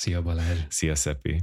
Szia Balázs! Szia Szepi!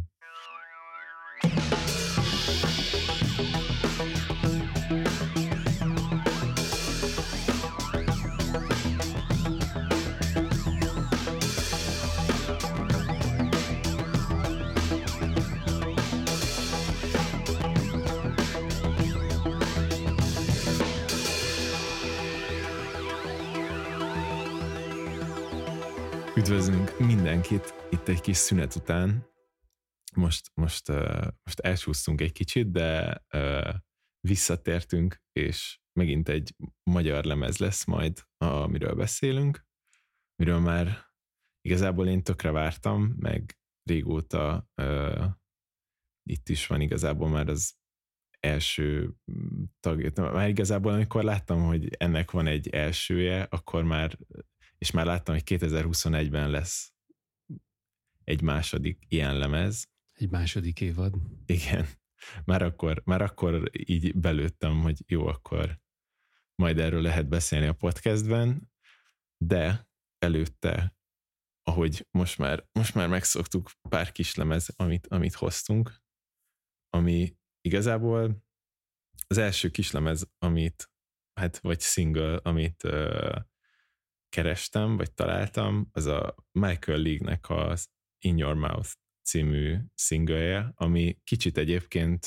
Üdvözlünk mindenkit itt egy kis szünet után. Most elsúsztunk egy kicsit, de visszatértünk, és megint egy magyar lemez lesz majd, amiről beszélünk, miről már igazából én tökre vártam, meg régóta itt is van igazából már az első tagja. Már igazából amikor láttam, hogy ennek van egy elsője, akkor már láttam, hogy 2021-ben lesz egy második ilyen lemez. Egy második évad. Igen. Már akkor így belőttem, hogy jó, akkor majd erről lehet beszélni a podcastben, de előtte, ahogy most már megszoktuk, pár kis lemez, amit hoztunk, ami igazából az első kislemez, vagy single, amit kerestem, vagy találtam, az a Michael League-nek az In Your Mouth című single-je, ami kicsit egyébként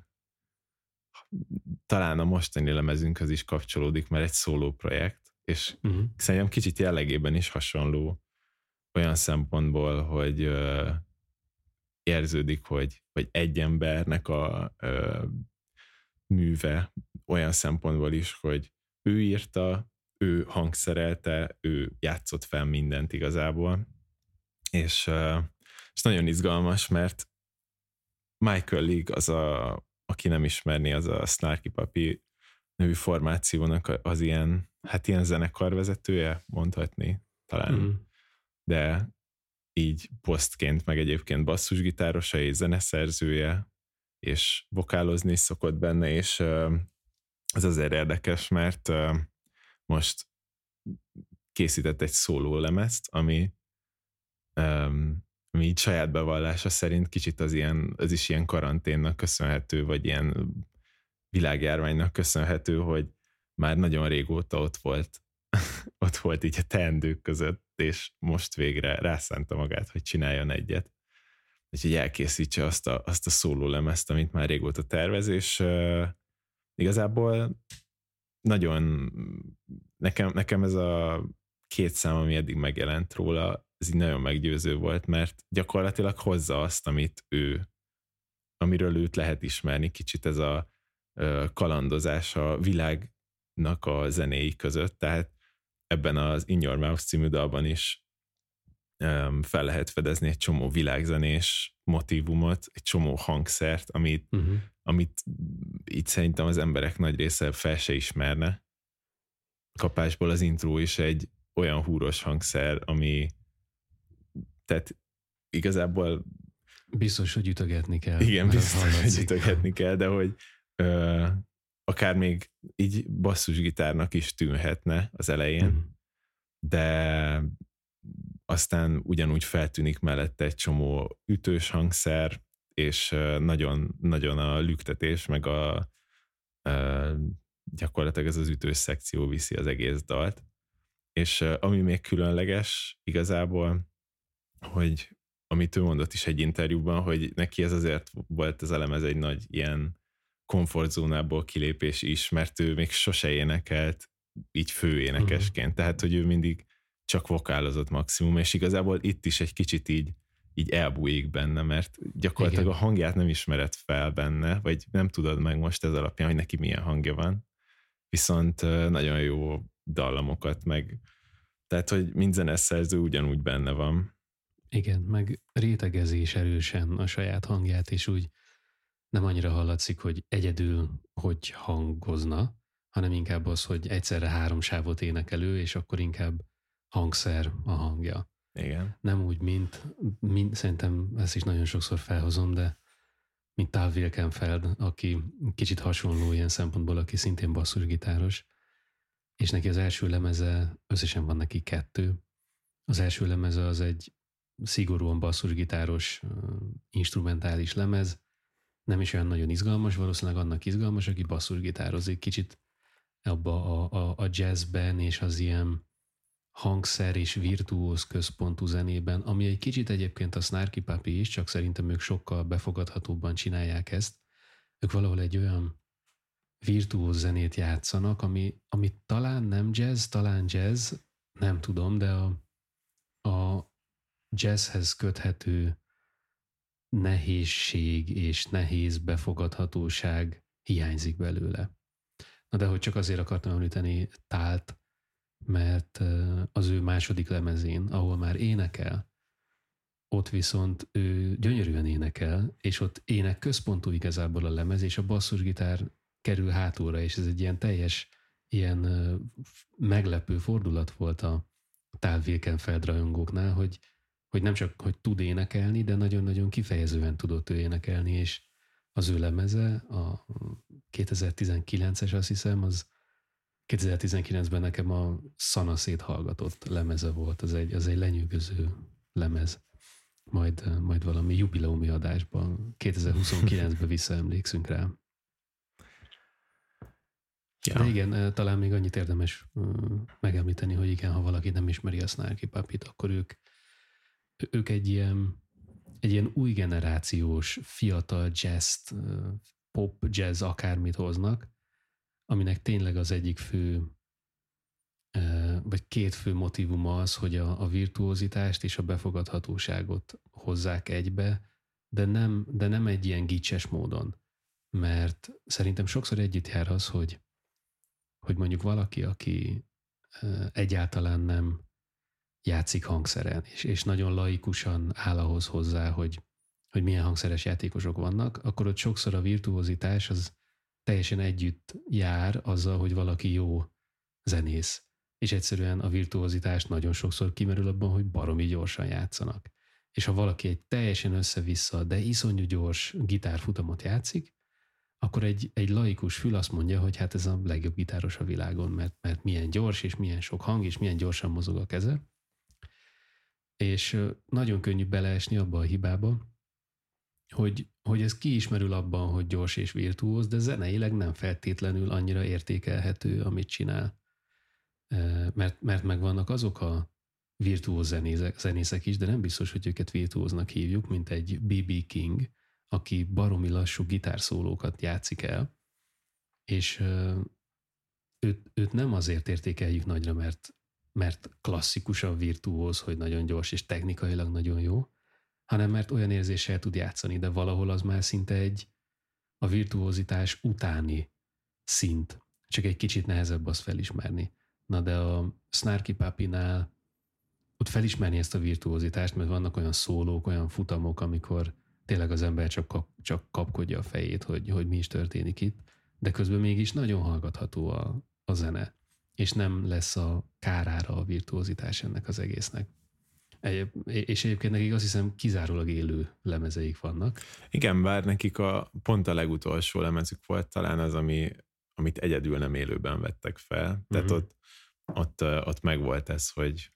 talán a mostani lemezünkhöz is kapcsolódik, mert egy szóló projekt, és szerintem kicsit jellegében is hasonló olyan szempontból, hogy érződik, hogy egy embernek a műve olyan szempontból is, hogy ő írta, ő hangszerelte, ő játszott fel mindent igazából, és nagyon izgalmas, mert Michael League aki nem ismerné, az a Snarky Puppy nevű formációnak az ilyen zenekarvezetője, mondhatni talán, de így posztként, meg egyébként basszusgitárosa és zeneszerzője, és vokálozni is szokott benne, és ez azért érdekes, mert most készített egy szóló lemezt, ami így saját bevallása szerint kicsit az is ilyen karanténnak köszönhető, vagy ilyen világjárványnak köszönhető, hogy már nagyon régóta ott volt így a teendők között, és most végre rászánta magát, hogy csináljon egyet. Úgyhogy elkészítse azt a szóló lemezt, amit már régóta tervez, és igazából nagyon nekem ez a két szám, ami eddig megjelent róla, ez így nagyon meggyőző volt, mert gyakorlatilag hozza azt, amiről őt lehet ismerni, kicsit ez a kalandozás a világnak a zenéi között, tehát ebben az In Your Mouth című dalban is fel lehet fedezni egy csomó világzenés motívumot, egy csomó hangszert, amit így szerintem az emberek nagy része fel se ismerne. Kapásból az intro is egy olyan húros hangszer, tehát igazából biztos, hogy ütögetni kell. Igen, biztos, hogy ütögetni kell, de hogy akár még így basszusgitárnak is tűnhetne az elején, de aztán ugyanúgy feltűnik mellette egy csomó ütős hangszer, és nagyon, nagyon a lüktetés, meg gyakorlatilag ez az ütős szekció viszi az egész dalt. És ami még különleges igazából, hogy amit ő mondott is egy interjúban, hogy neki ez azért volt ez a lemez egy nagy ilyen komfortzónából kilépés is, mert ő még sose énekelt így főénekesként, tehát hogy ő mindig csak vokálozott maximum, és igazából itt is egy kicsit így elbújik benne, mert gyakorlatilag a hangját nem ismered fel benne, vagy nem tudod meg most ez alapján, hogy neki milyen hangja van, viszont nagyon jó dallamokat meg, tehát hogy mind zeneszerző ugyanúgy benne van. Igen, meg rétegezés erősen a saját hangját, és úgy nem annyira hallatszik, hogy egyedül hogy hangozna, hanem inkább az, hogy egyszerre 3 sávot énekelő, és akkor inkább hangszer a hangja. Igen. Nem úgy, mint szerintem ezt is nagyon sokszor felhozom, de mint Tal Wilkenfeld, aki kicsit hasonló ilyen szempontból, aki szintén basszusgitáros, és neki az első lemeze, összesen van neki 2. Az első lemeze az egy szigorúan basszusgitáros instrumentális lemez, nem is olyan nagyon izgalmas, valószínűleg annak izgalmas, aki basszusgitározik, kicsit abba a jazzben és az ilyen hangszer és virtuóz központú zenében, ami egy kicsit egyébként a Snarky Puppy is, csak szerintem ők sokkal befogadhatóbban csinálják ezt. Ők valahol egy olyan virtuóz zenét játszanak, ami talán nem jazz, talán jazz, nem tudom, de a jazzhez köthető nehézség és nehéz befogadhatóság hiányzik belőle. Na de hogy csak azért akartam említeni Tált, mert az ő második lemezén, ahol már énekel, ott viszont ő gyönyörűen énekel, és ott ének központú igazából a lemez, és a basszusgitár kerül hátulra, és ez egy ilyen teljes, ilyen meglepő fordulat volt a Tal Wilkenfeld rajongóknál, hogy nem csak, hogy tud énekelni, de nagyon-nagyon kifejezően tudott ő énekelni, és az ő lemeze, a 2019-es azt hiszem, az 2019-ben nekem a szana széthallgatott lemeze volt, az egy lenyűgöző lemez. Majd valami jubileumi adásban, 2029-ben visszaemlékszünk rá. Ja. De igen, talán még annyit érdemes megemlíteni, hogy igen, ha valaki nem ismeri a Snarky Puppyt, akkor ők egy ilyen új generációs fiatal jazz, pop, jazz akármit hoznak, aminek tényleg az egyik fő, vagy két fő motívuma az, hogy a virtuózitást és a befogadhatóságot hozzák egybe, de nem egy ilyen gicses módon. Mert szerintem sokszor együtt jár az, hogy mondjuk valaki, aki egyáltalán nem játszik hangszeren, és nagyon laikusan áll ahhoz hozzá, hogy milyen hangszeres játékosok vannak, akkor ott sokszor a virtuózitás az teljesen együtt jár azzal, hogy valaki jó zenész. És egyszerűen a virtuózitás nagyon sokszor kimerül abban, hogy baromi gyorsan játszanak. És ha valaki egy teljesen össze-vissza, de iszonyú gyors gitárfutamot játszik, akkor egy laikus fül azt mondja, hogy hát ez a legjobb gitáros a világon, mert milyen gyors, és milyen sok hang, és milyen gyorsan mozog a keze. És nagyon könnyű beleesni abba a hibába, hogy ez kiismerül abban, hogy gyors és virtuóz, de zeneileg nem feltétlenül annyira értékelhető, amit csinál. Mert megvannak azok a virtuóz zenészek is, de nem biztos, hogy őket virtuóznak hívjuk, mint egy B.B. King, aki baromi lassú gitárszólókat játszik el, és őt nem azért értékeljük nagyra, mert klasszikusan virtuóz, hogy nagyon gyors és technikailag nagyon jó, hanem mert olyan érzéssel tud játszani, de valahol az már szinte a virtuózitás utáni szint. Csak egy kicsit nehezebb azt felismerni. Na de a Snarky Puppynál ott felismerni ezt a virtuózitást, mert vannak olyan szólók, olyan futamok, amikor tényleg az ember csak kapkodja a fejét, hogy mi is történik itt, de közben mégis nagyon hallgatható a zene, és nem lesz a kárára a virtuózitás ennek az egésznek. És egyébként nekik azt hiszem kizárólag élő lemezeik vannak. Igen, bár nekik pont a legutolsó lemezük volt talán az, amit egyedül nem élőben vettek fel. Tehát ott megvolt ez, hogy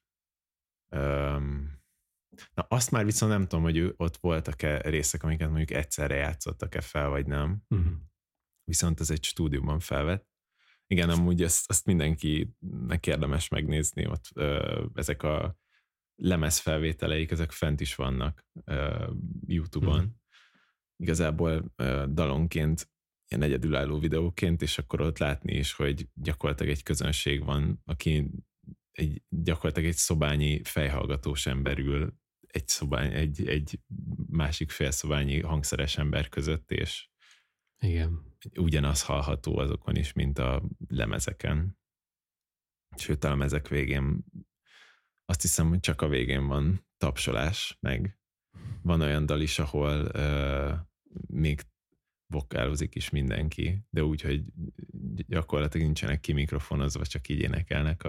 na azt már viszont nem tudom, hogy ott voltak-e részek, amiket mondjuk egyszerre játszottak-e fel, vagy nem. Viszont ez egy stúdióban felvett. Igen, amúgy azt mindenkinek érdemes megnézni, ott ezek a lemezfelvételeik, ezek fent is vannak YouTube-on. Igazából dalonként ilyen egyedülálló videóként, és akkor ott látni is, hogy gyakorlatilag egy közönség van, aki gyakorlatilag egy szobányi fejhallgatós ember ül egy másik félszobányi hangszeres ember között, és igen, ugyanaz hallható azokon is, mint a lemezeken. Sőt, a lemezek végén azt hiszem, hogy csak a végén van tapsolás, meg van olyan dal is, ahol még vokálozik is mindenki, de úgy, hogy gyakorlatilag nincsenek kimikrofonozva, csak így énekelnek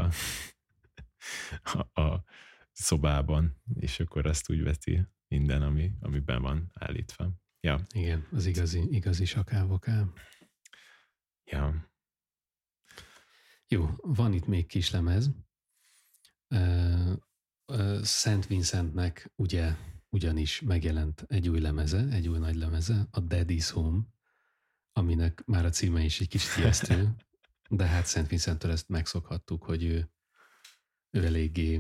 a szobában, és akkor azt úgy veti minden, amiben van állítva. Ja. Igen, az igazi sakál-vokál. Ja. Jó, van itt még kis lemez. Szent Vincentnek ugyanis megjelent egy új lemeze, egy új nagy lemeze, a Daddy's Home, aminek már a címe is egy kicsit ijesztő, de hát Szent Vincenttől ezt megszokhattuk, hogy ő eléggé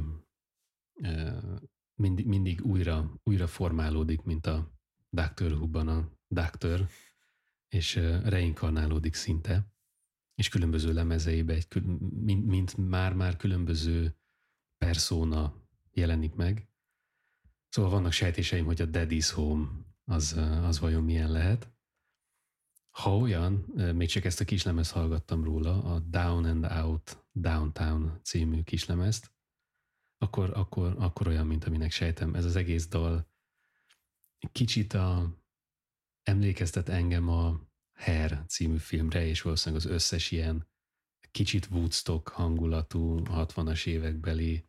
mindig újra formálódik, mint a Doctor Who-ban a Doctor, és reinkarnálódik szinte, és különböző lemezeibe mint már különböző persona jelenik meg. Szóval vannak sejtéseim, hogy a Daddy's Home az vajon milyen lehet. Ha olyan, még csak ezt a kislemezt hallgattam róla, a Down and Out Downtown című kislemezt, akkor olyan, mint aminek sejtem. Ez az egész dal kicsit emlékeztet engem a Hair című filmre, és valószínűleg az összes ilyen kicsit Woodstock hangulatú 60-as évekbeli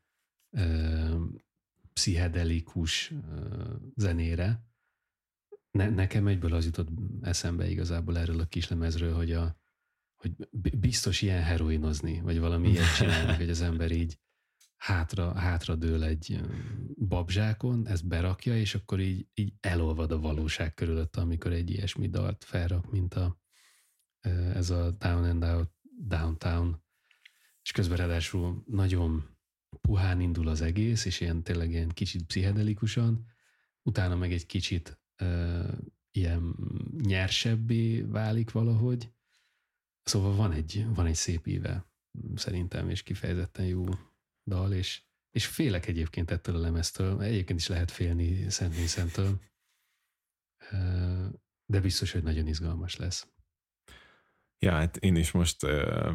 pszichedelikus zenére. Nekem egyből az jutott eszembe igazából erről a kislemezről, hogy biztos ilyen heroinozni, vagy valami ilyet csinálni, hogy az ember így hátra dől egy babzsákon, ezt berakja, és akkor így elolvad a valóság körülött, amikor egy ilyesmi dalt felrak, mint ez a Down and Out Downtown, és közben ráadásul nagyon puhán indul az egész, és tényleg ilyen kicsit pszichedelikusan, utána meg egy kicsit ilyen nyersebbé válik valahogy. Szóval van egy szép íve szerintem, és kifejezetten jó dal, és félek egyébként ettől a lemeztől. Egyébként is lehet félni Szent Vincenttől, de biztos, hogy nagyon izgalmas lesz. Ja, hát én is most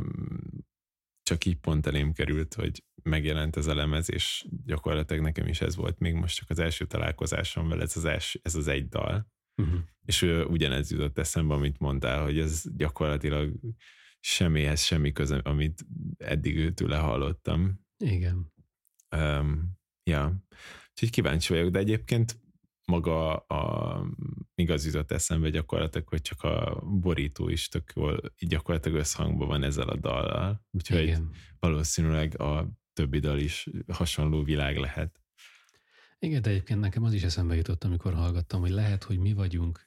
csak így pont elém került, hogy megjelent ez a lemez, és gyakorlatilag nekem is ez volt még most csak az első találkozásom vele, ez az egy dal. Uh-huh. És ugyanez jutott eszembe, amit mondtál, hogy ez gyakorlatilag semmihez semmi köze, amit eddig őtőle hallottam. Igen. Ja, úgyhogy kíváncsi vagyok, de egyébként maga még az jutott eszembe gyakorlatilag, hogy csak a borító is tök jól, így gyakorlatilag összhangban van ezzel a dallal, úgyhogy igen. Valószínűleg a többi dal is hasonló világ lehet. Igen, de egyébként nekem az is eszembe jutott, amikor hallgattam, hogy lehet, hogy mi vagyunk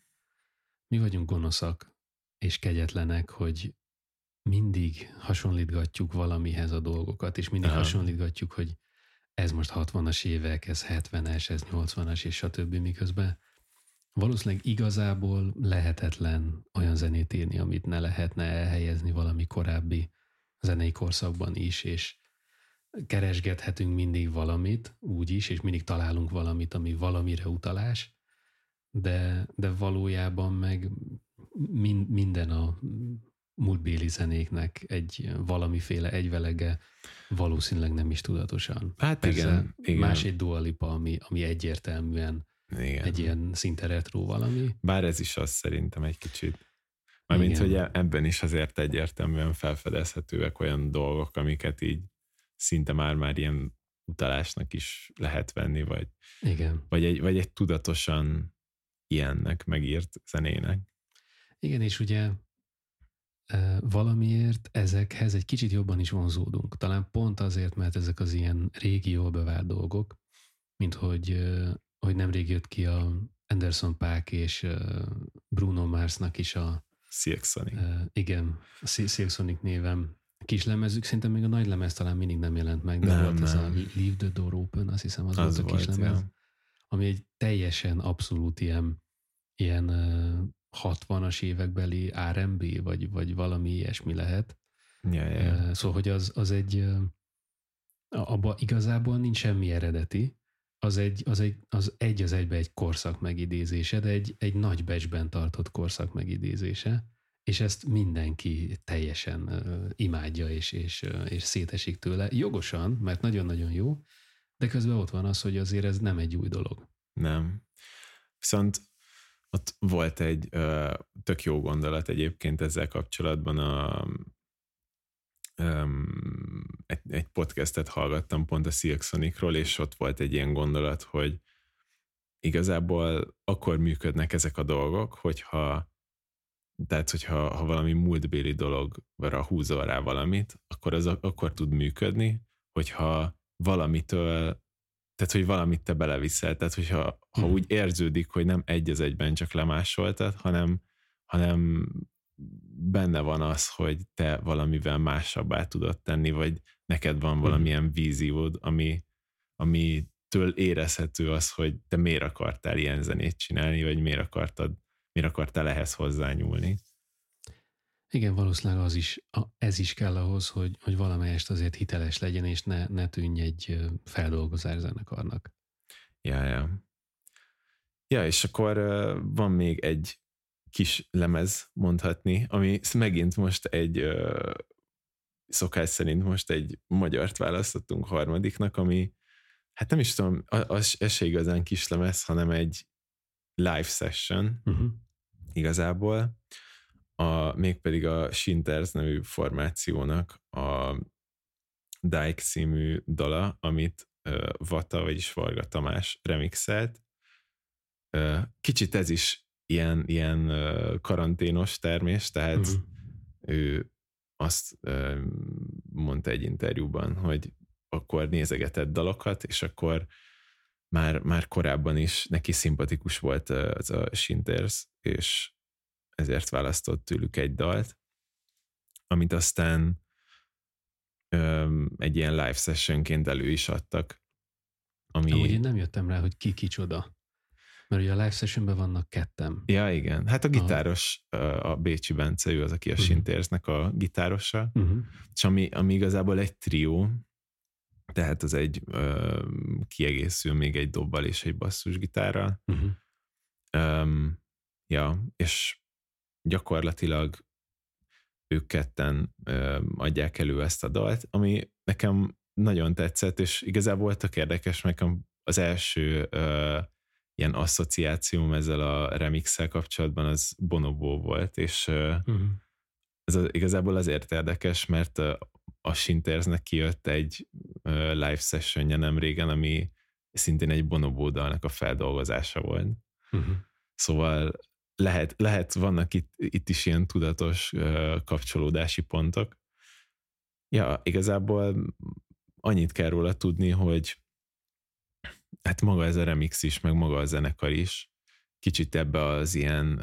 gonoszak és kegyetlenek, hogy mindig hasonlítgatjuk valamihez a dolgokat, és mindig hasonlítgatjuk, hogy ez most 60-as évek, ez 70-es, ez 80-as, és stb. Miközben valószínűleg igazából lehetetlen olyan zenét írni, amit ne lehetne elhelyezni valami korábbi zenei korszakban is, és keresgethetünk mindig valamit, úgyis, és mindig találunk valamit, ami valamire utalás, de valójában meg minden a múltbéli zenéknek egy valamiféle egyvelege, valószínűleg nem is tudatosan. Hát persze, igen. Más egy Dua Lipa, ami egyértelműen igen. Egy ilyen szinte retro valami. Bár ez is az szerintem egy kicsit. Mármint, hogy ebben is azért egyértelműen felfedezhetőek olyan dolgok, amiket így szinte már ilyen utalásnak is lehet venni, vagy, igen. vagy egy tudatosan ilyennek megírt zenének. Igen, és ugye valamiért ezekhez egy kicsit jobban is vonzódunk. Talán pont azért, mert ezek az ilyen régi, jól bevált dolgok, mint hogy nemrég jött ki a Anderson .Paak és Bruno Marsnak is a Silk Sonic. Igen, a Silk Sonic névem kislemezük, szerintem még a nagy lemez talán mindig nem jelent meg, de volt ez a Leave the Door Open, azt hiszem az volt a kislemez, ja. Ami egy teljesen abszolút ilyen 60-as évekbeli R&B, vagy valami ilyesmi lehet. Ja. Szóval, hogy az egy abban igazából nincs semmi eredeti, az egybe egy korszak megidézése, de egy nagy becsben tartott korszak megidézése, és ezt mindenki teljesen imádja, és szétesik tőle. Jogosan, mert nagyon-nagyon jó, de közben ott van az, hogy azért ez nem egy új dolog. Nem. Viszont ott volt egy tök jó gondolat egyébként ezzel kapcsolatban, egy podcastet hallgattam pont a Silk Sonicról, és ott volt egy ilyen gondolat, hogy igazából akkor működnek ezek a dolgok, hogyha valami múltbéli dologra húzol rá valamit, akkor az akkor tud működni, hogyha valamitől tehát, hogy valamit te beleviszel, tehát, hogyha úgy érződik, hogy nem egy az egyben csak lemásoltad, hanem benne van az, hogy te valamivel másabbá tudod tenni, vagy neked van valamilyen víziód, amitől érezhető az, hogy te miért akartál ilyen zenét csinálni, vagy miért akartál ehhez hozzányúlni. Igen, valószínűleg ez is kell ahhoz, hogy valamelyest azért hiteles legyen, és ne tűnj egy feldolgozás zenekarnak. Ja, és akkor van még egy kis lemez, mondhatni, ami megint most szokás szerint most egy magyart választottunk harmadiknak, ami, hát nem is tudom, ez se igazán kis lemez, hanem egy live session igazából, mégpedig a Shinters nevű formációnak a Dyke című dala, amit Vata, vagyis Varga Tamás remixelt. Kicsit ez is ilyen karanténos termés, tehát ő azt mondta egy interjúban, hogy akkor nézegetett dalokat, és akkor már korábban is neki szimpatikus volt az a Shinters, és ezért választott tőlük egy dalt, amit aztán egy ilyen live sessionként elő is adtak. Amúgy én nem jöttem rá, hogy kicsoda. Mert ugye a live sessionben vannak ketten. Ja, igen. Hát a gitáros, a Bécsi Bence, ő az, aki a Shintersnek a gitárosa, és ami igazából egy trió, tehát az egy kiegészül még egy dobbal és egy basszusgitárral. Ja, és gyakorlatilag ők ketten adják elő ezt a dalt, ami nekem nagyon tetszett, és igazából tök érdekes, nekem az első ilyen asszociációm ezzel a remixel kapcsolatban az Bonobo volt, és ez igazából azért érdekes, mert a Shintersnek kijött egy live sessionje nem régen, ami szintén egy Bonobo dalnak a feldolgozása volt. Szóval lehet vannak itt is ilyen tudatos kapcsolódási pontok. Ja, igazából annyit kell róla tudni, hogy hát maga ez a remix is, meg maga a zenekar is kicsit ebbe az ilyen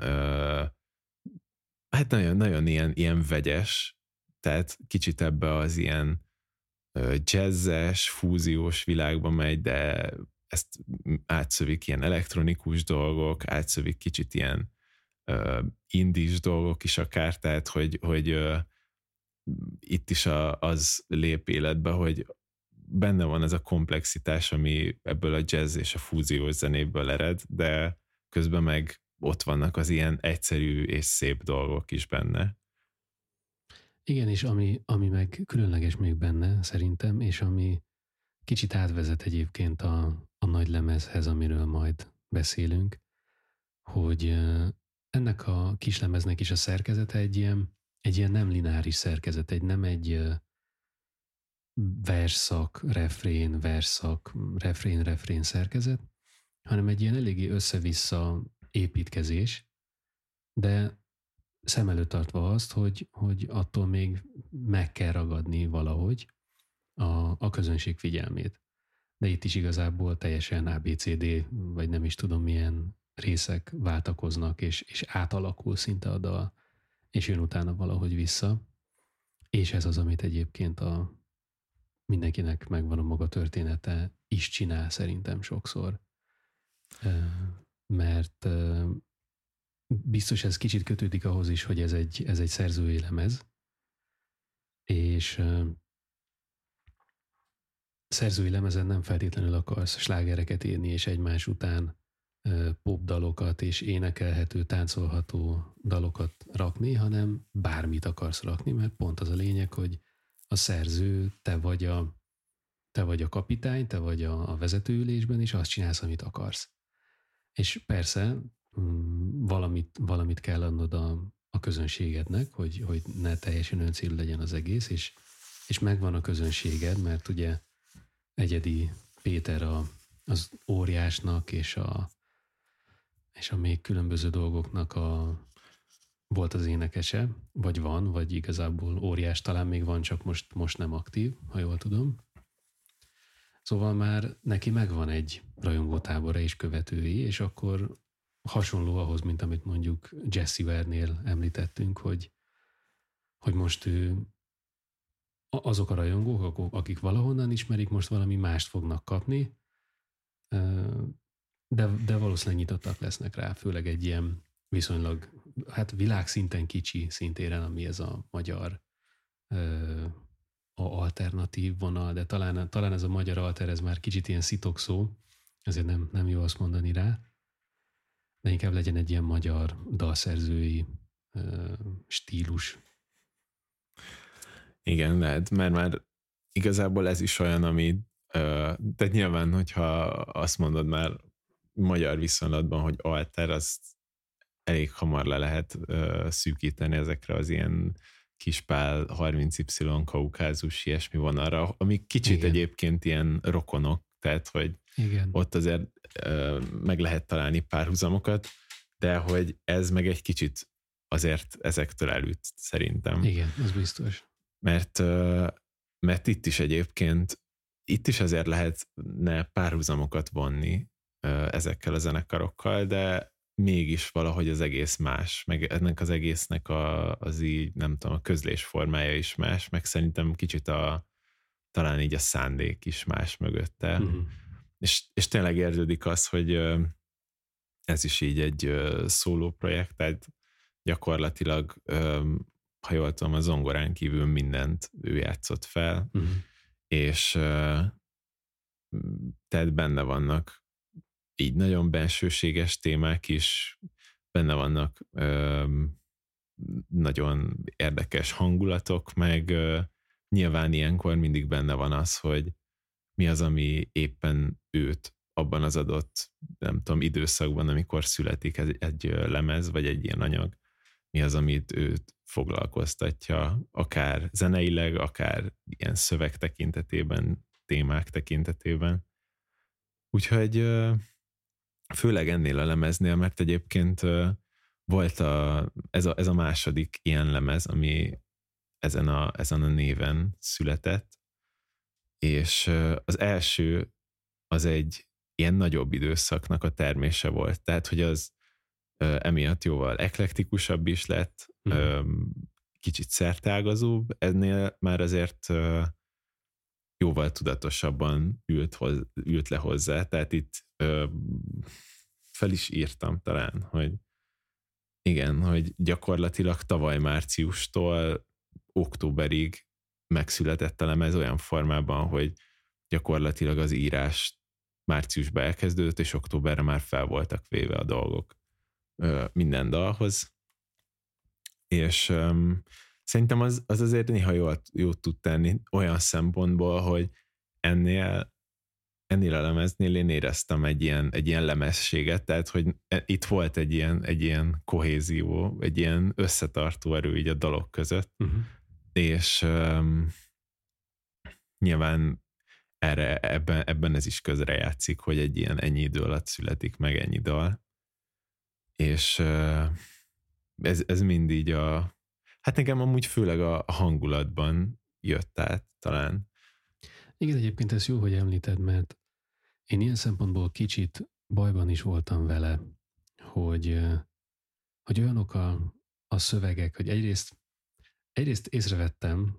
hát nagyon ilyen vegyes, tehát kicsit ebbe az ilyen jazzes, fúziós világba megy, de ezt átszövik ilyen elektronikus dolgok, átszövik kicsit ilyen indis dolgok is akár, tehát hogy itt is az lép életbe, hogy benne van ez a komplexitás, ami ebből a jazz és a fúziós zenéből ered, de közben meg ott vannak az ilyen egyszerű és szép dolgok is benne. Igen, és ami meg különleges még benne szerintem, és ami kicsit átvezet egyébként a nagy lemezhez, amiről majd beszélünk, hogy ennek a kislemeznek is a szerkezete egy ilyen nem lineáris szerkezet, nem egy versszak, refrén, versszak, refrén szerkezet, hanem egy ilyen eléggé össze-vissza építkezés, de szem előtt tartva azt, hogy attól még meg kell ragadni valahogy a közönség figyelmét. De itt is igazából teljesen ABCD, vagy nem is tudom milyen részek váltakoznak, és átalakul szinte a dal, és jön utána valahogy vissza. És ez az, amit egyébként mindenkinek megvan a maga története, is csinál szerintem sokszor. Mert biztos ez kicsit kötődik ahhoz is, hogy ez egy szerzői lemez, és szerzői lemezen nem feltétlenül akarsz slágereket írni, és egymás után popdalokat és énekelhető, táncolható dalokat rakni, hanem bármit akarsz rakni, mert pont az a lényeg, hogy a szerző, te vagy a kapitány, te vagy a vezetőülésben, és azt csinálsz, amit akarsz. És persze valamit kell adnod a közönségednek, hogy ne teljesen öncélú legyen az egész, és megvan a közönséged, mert ugye Egyedi Péter az óriásnak és a még különböző dolgoknak volt az énekese, vagy van, vagy igazából óriás talán még van, csak most nem aktív, ha jól tudom. Szóval már neki megvan egy rajongótábora és követői, és akkor hasonló ahhoz, mint amit mondjuk Jesse Ware-nél említettünk, hogy most ő azok a rajongók, akik valahonnan ismerik, most valami mást fognak kapni, de valószínűleg nyitottak lesznek rá, főleg egy ilyen viszonylag, hát világszinten kicsi szintéren, ami ez a magyar a alternatív vonal, de talán ez a magyar alter, ez már kicsit ilyen szitokszó, ezért nem jó azt mondani rá, de inkább legyen egy ilyen magyar dalszerzői stílus. Igen, lehet, mert már igazából ez is olyan, ami tehát nyilván, hogyha azt mondod már magyar viszonylatban, hogy alter, azt elég hamar le lehet szűkíteni ezekre az ilyen Kispál, 30Y, Kaukázus, ilyesmi van arra, ami kicsit igen. Egyébként ilyen rokonok, tehát hogy igen. Ott azért meg lehet találni párhuzamokat, de hogy ez meg egy kicsit azért ezektől elüt szerintem. Igen, az biztos. Mert itt is egyébként, itt is azért lehetne párhuzamokat vonni ezekkel a zenekarokkal, de mégis valahogy az egész más, meg ennek az egésznek az így, nem tudom, a közlés formája is más, meg szerintem kicsit talán így a szándék is más mögötte. Mm-hmm. És tényleg érződik az, hogy ez is így egy szóló projekt, tehát gyakorlatilag, ha jól tudom, a zongorán kívül mindent ő játszott fel, mm-hmm. és tehát benne vannak így nagyon bensőséges témák is, benne vannak nagyon érdekes hangulatok, meg nyilván ilyenkor mindig benne van az, hogy mi az, ami éppen őt abban az adott, nem tudom, időszakban, amikor születik egy lemez, vagy egy ilyen anyag, mi az, amit őt foglalkoztatja, akár zeneileg, akár ilyen szöveg tekintetében, témák tekintetében. Úgyhogy főleg ennél a lemeznél, mert egyébként volt ez a második ilyen lemez, ami ezen a néven született, és az első az egy ilyen nagyobb időszaknak a termése volt, tehát hogy az emiatt jóval eklektikusabb is lett, kicsit szerteágazóbb, ennél már azért jóval tudatosabban ült le hozzá, tehát itt fel is írtam talán, hogy igen, hogy gyakorlatilag tavaly márciustól októberig megszületett a lemez olyan formában, hogy gyakorlatilag az írás márciusban elkezdődött, és októberre már fel voltak véve a dolgok minden dalhoz. És szerintem az azért néha jót tud tenni olyan szempontból, hogy ennél a lemeznél én éreztem egy ilyen lemezséget, tehát hogy itt volt egy ilyen kohézió, egy ilyen összetartó erő így a dalok között, és nyilván ebben ez is közrejátszik, hogy egy ilyen ennyi idő alatt születik meg ennyi dal, és ez mind így hát nekem amúgy főleg a hangulatban jött át talán. Igen, egyébként ez jó, hogy említed, mert én ilyen szempontból kicsit bajban is voltam vele, hogy olyanok a szövegek, hogy egyrészt észrevettem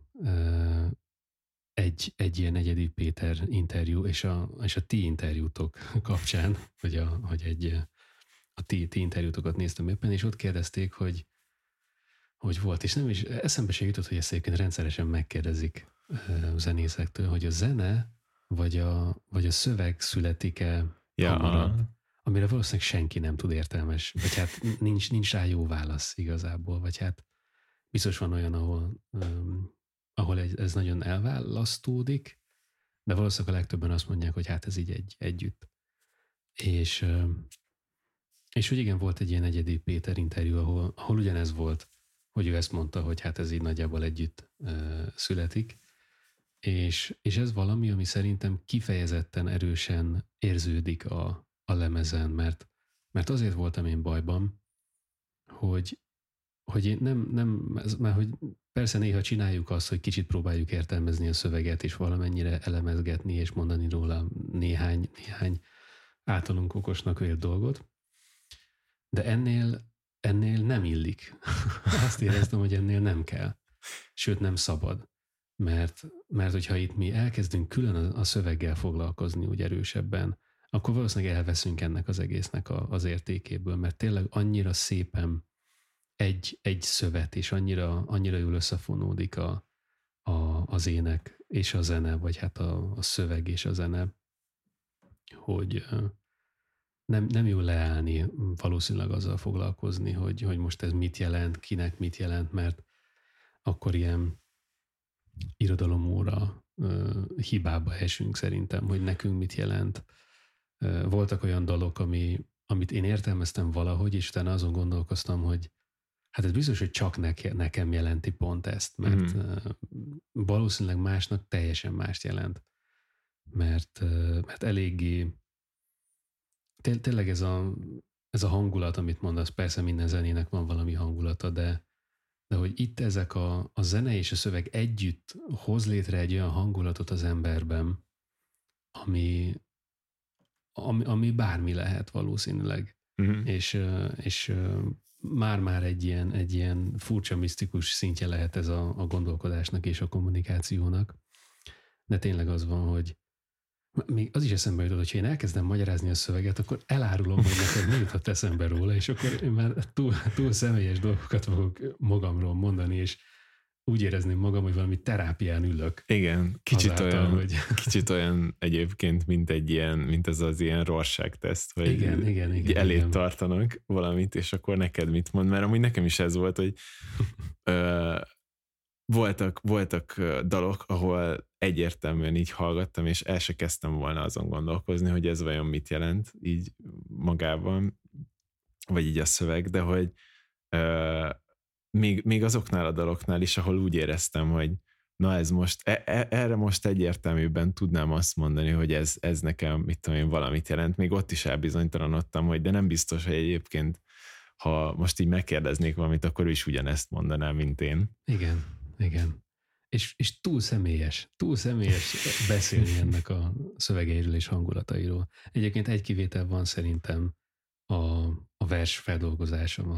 egy ilyen Egyedi Péter interjú, és a ti interjútok kapcsán, hogy a ti interjútokat néztem éppen, és ott kérdezték, hogy volt, és nem is eszembe se jutott, hogy ezt egyébként rendszeresen megkérdezik zenészektől, hogy a zene vagy a szöveg születik-e hamarabb, amire valószínűleg senki nem tud értelmes, vagy hát nincs rá jó válasz igazából, vagy hát biztos van olyan, ahol ez nagyon elválasztódik, de valószínűleg a legtöbben azt mondják, hogy hát ez így együtt. És hogy igen, volt egy ilyen Egyedi Péter interjú, ahol ugyanez volt, hogy ő ezt mondta, hogy hát ez így nagyjából együtt születik. És ez valami, ami szerintem kifejezetten erősen érződik a lemezen, mert azért voltam én bajban, hogy hogy én mert hogy persze néha csináljuk azt, hogy kicsit próbáljuk értelmezni a szöveget, és valamennyire elemezgetni, és mondani róla néhány általunk okosnak vélt dolgot, de ennél nem illik. Azt éreztem, hogy ennél nem kell. Sőt, nem szabad. Mert hogyha itt mi elkezdünk külön a szöveggel foglalkozni úgy erősebben, akkor valószínűleg elveszünk ennek az egésznek az értékéből, mert tényleg annyira szépen egy szövet, és annyira jól összefonódik az ének és a zene, vagy hát a szöveg és a zene, hogy nem jó leállni, valószínűleg azzal foglalkozni, hogy most ez mit jelent, kinek mit jelent, mert akkor ilyen irodalomóra hibába esünk szerintem, hogy nekünk mit jelent. Voltak olyan dalok, amit én értelmeztem valahogy, és utána azon gondolkoztam, hogy hát ez biztos, hogy csak nekem jelenti pont ezt, mert valószínűleg másnak teljesen mást jelent. Mert eléggé tényleg ez a hangulat, amit mondasz, persze minden zenének van valami hangulata, de hogy itt ezek a zene és a szöveg együtt hoz létre egy olyan hangulatot az emberben, ami bármi lehet valószínűleg. És már egy ilyen furcsa, misztikus szintje lehet ez a gondolkodásnak és a kommunikációnak. De tényleg az van, hogy még az is eszembe jutott, hogy ha én elkezdem magyarázni a szöveget, akkor elárulom, hogy neked mi jutott eszembe róla, és akkor én már túl személyes dolgokat fogok magamról mondani, és úgy érezném magam, hogy valami terápián ülök. Igen, kicsit olyan egyébként, mint ez az ilyen Rorschach-teszt, hogy igen, elét tartanak valamit, és akkor neked mit mond, mert amúgy nekem is ez volt, hogy voltak dalok, ahol egyértelműen így hallgattam, és el se kezdtem volna azon gondolkozni, hogy ez vajon mit jelent így magában, vagy így a szöveg, de hogy még azoknál a daloknál is, ahol úgy éreztem, hogy na ez most, erre most egyértelműbben tudnám azt mondani, hogy ez nekem, mit tudom én, valamit jelent. Még ott is elbizonytalanodtam, hogy de nem biztos, hogy egyébként, ha most így megkérdeznék valamit, akkor ő is ugyanezt mondaná, mint én. Igen. És túl személyes beszélni ennek a szövegeiről és hangulatairól. Egyébként egy kivétel van szerintem a vers feldolgozásom,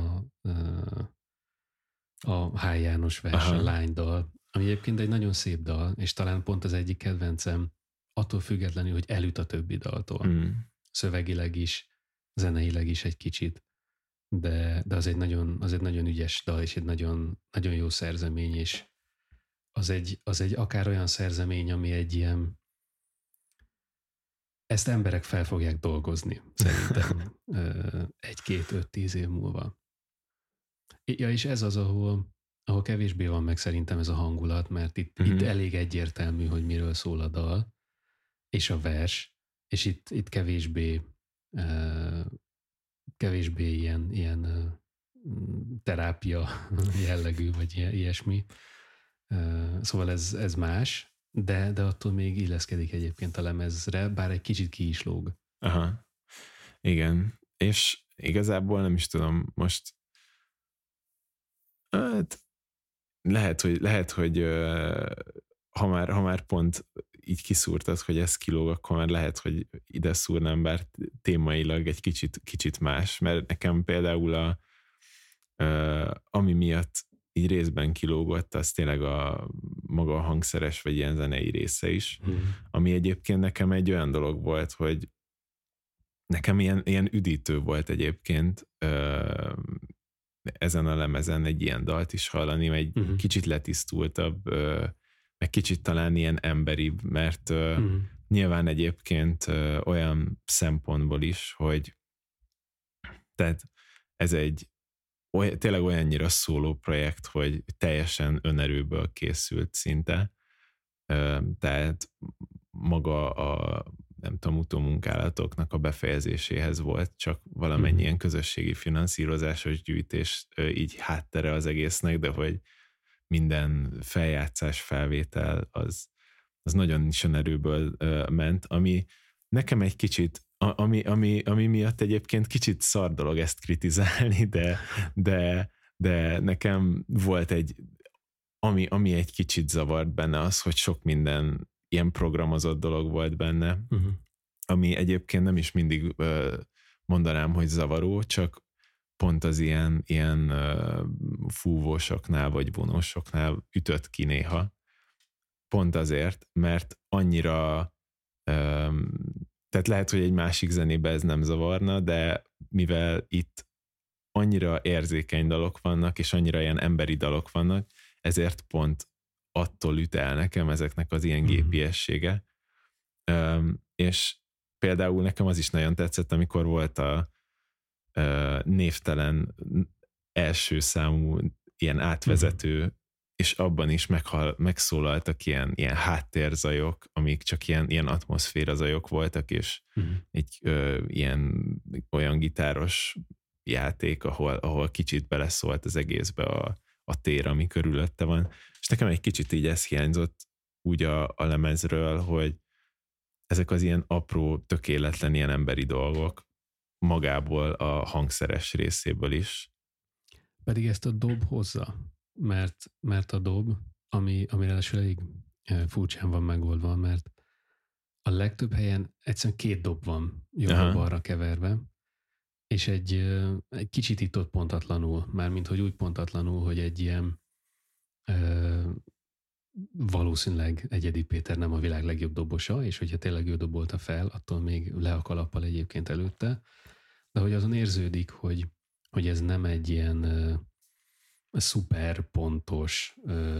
a H. János vers, a Lánydal, ami egyébként egy nagyon szép dal, és talán pont az egyik kedvencem, attól függetlenül, hogy elüt a többi daltól. Szövegileg is, zeneileg is egy kicsit, de az egy nagyon ügyes dal, és egy nagyon, nagyon jó szerzemény, és az egy akár olyan szerzemény, ami egy ilyen, ezt emberek fel fogják dolgozni, szerintem 1-2-5-10 év múlva. Ja, és ez az, ahol kevésbé van meg szerintem ez a hangulat, mert itt elég egyértelmű, hogy miről szól a dal, és a vers, és itt kevésbé ilyen terápia jellegű, vagy ilyesmi. Szóval ez más, de attól még illeszkedik egyébként a lemezre, bár egy kicsit ki is lóg. Aha. Igen. És igazából nem is tudom, most lehet, hogy ha már pont így kiszúrtad, hogy ez kilóg, akkor már lehet, hogy ide szúrnám, bár témailag egy kicsit más, mert nekem például ami miatt így részben kilógott, az tényleg a maga a hangszeres, vagy ilyen zenei része is, ami egyébként nekem egy olyan dolog volt, hogy nekem ilyen üdítő volt egyébként ezen a lemezen egy ilyen dalt is hallani, egy kicsit letisztultabb, meg kicsit talán ilyen emberibb, mert nyilván egyébként olyan szempontból is, hogy tehát ez egy tényleg olyannyira szóló projekt, hogy teljesen önerőből készült szinte. Tehát maga a nem tudom, utómunkálatoknak a befejezéséhez volt csak valamennyi ilyen közösségi finanszírozásos gyűjtés így háttere az egésznek, de hogy minden feljátszás, felvétel az nagyon is önerőből ment, ami nekem egy kicsit ami miatt egyébként kicsit szar dolog ezt kritizálni, de de nekem volt ami egy kicsit zavart benne az, hogy sok minden ilyen programozott dolog volt benne, ami egyébként nem is mindig mondanám, hogy zavaró, csak pont az ilyen fúvósoknál vagy vonósoknál ütött ki néha. Pont azért, mert annyira tehát lehet, hogy egy másik zenébe ez nem zavarna, de mivel itt annyira érzékeny dalok vannak, és annyira ilyen emberi dalok vannak, ezért pont attól üt el nekem ezeknek az ilyen gépiessége. És például nekem az is nagyon tetszett, amikor volt a névtelen első számú ilyen átvezető, és abban is megszólaltak ilyen háttérzajok, amik csak ilyen atmoszférazajok voltak, és egy olyan gitáros játék, ahol kicsit beleszólt az egészbe a tér, ami körülötte van. És nekem egy kicsit így ez hiányzott úgy a lemezről, hogy ezek az ilyen apró, tökéletlen ilyen emberi dolgok magából a hangszeres részéből is. Pedig ezt a dob hozza, mert a dob, ami ráadásul elég furcsán van megoldva, mert a legtöbb helyen egyszerűen 2 dob van jobbra-balra keverve, és egy kicsit itt ott pontatlanul, mármint hogy úgy pontatlanul, hogy egy ilyen valószínűleg Egyedi Péter nem a világ legjobb dobosa, és hogyha tényleg ő dobolta fel, attól még le a kalappal egyébként előtte, de hogy azon érződik, hogy ez nem egy ilyen szuper pontos,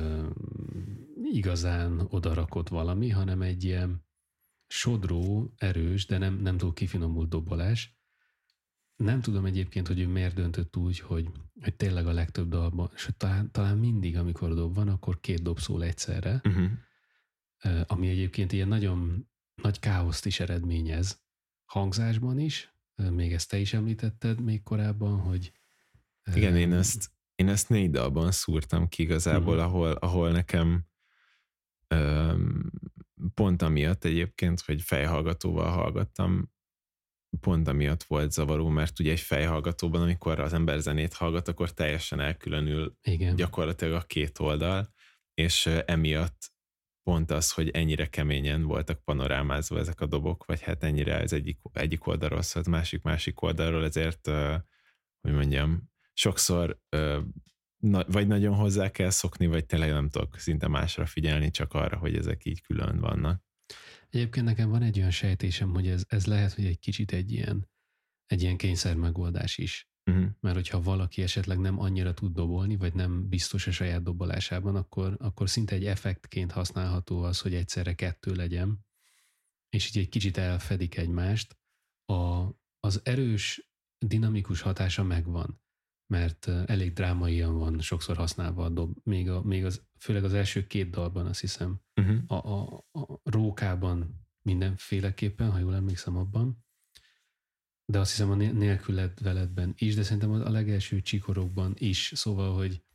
igazán odarakott valami, hanem egy ilyen sodró, erős, de nem túl kifinomult dobolás. Nem tudom egyébként, hogy ő miért döntött úgy, hogy tényleg a legtöbb dalban, és talán mindig, amikor dob van, akkor 2 dob szól egyszerre, ami egyébként ilyen nagyon nagy káoszt is eredményez hangzásban is, még ezt te is említetted még korábban, hogy... Igen, én ezt 4 dalban szúrtam ki igazából, ahol nekem pont amiatt egyébként, hogy fejhallgatóval hallgattam, pont amiatt volt zavaró, mert ugye egy fejhallgatóban, amikor az ember zenét hallgat, akkor teljesen elkülönül gyakorlatilag a 2 oldal, és emiatt pont az, hogy ennyire keményen voltak panorámázva ezek a dobok, vagy hát ennyire az egyik oldalról szólt, másik oldalról, ezért, hogy mondjam, sokszor vagy nagyon hozzá kell szokni, vagy tényleg nem tudok szinte másra figyelni, csak arra, hogy ezek így külön vannak. Egyébként nekem van egy olyan sejtésem, hogy ez lehet, hogy egy kicsit egy ilyen kényszer megoldás is. Mert hogyha valaki esetleg nem annyira tud dobolni, vagy nem biztos a saját dobolásában, akkor szinte egy effektként használható az, hogy egyszerre 2 legyen, és így egy kicsit elfedik egymást. Az erős, dinamikus hatása megvan, mert elég drámaian van sokszor használva a dob, főleg az első 2 dalban, azt hiszem. A rókában mindenféleképpen, ha jól emlékszem abban, de azt hiszem a nélküled veledben is, de szerintem a legelső csikorokban is, szóval, hogy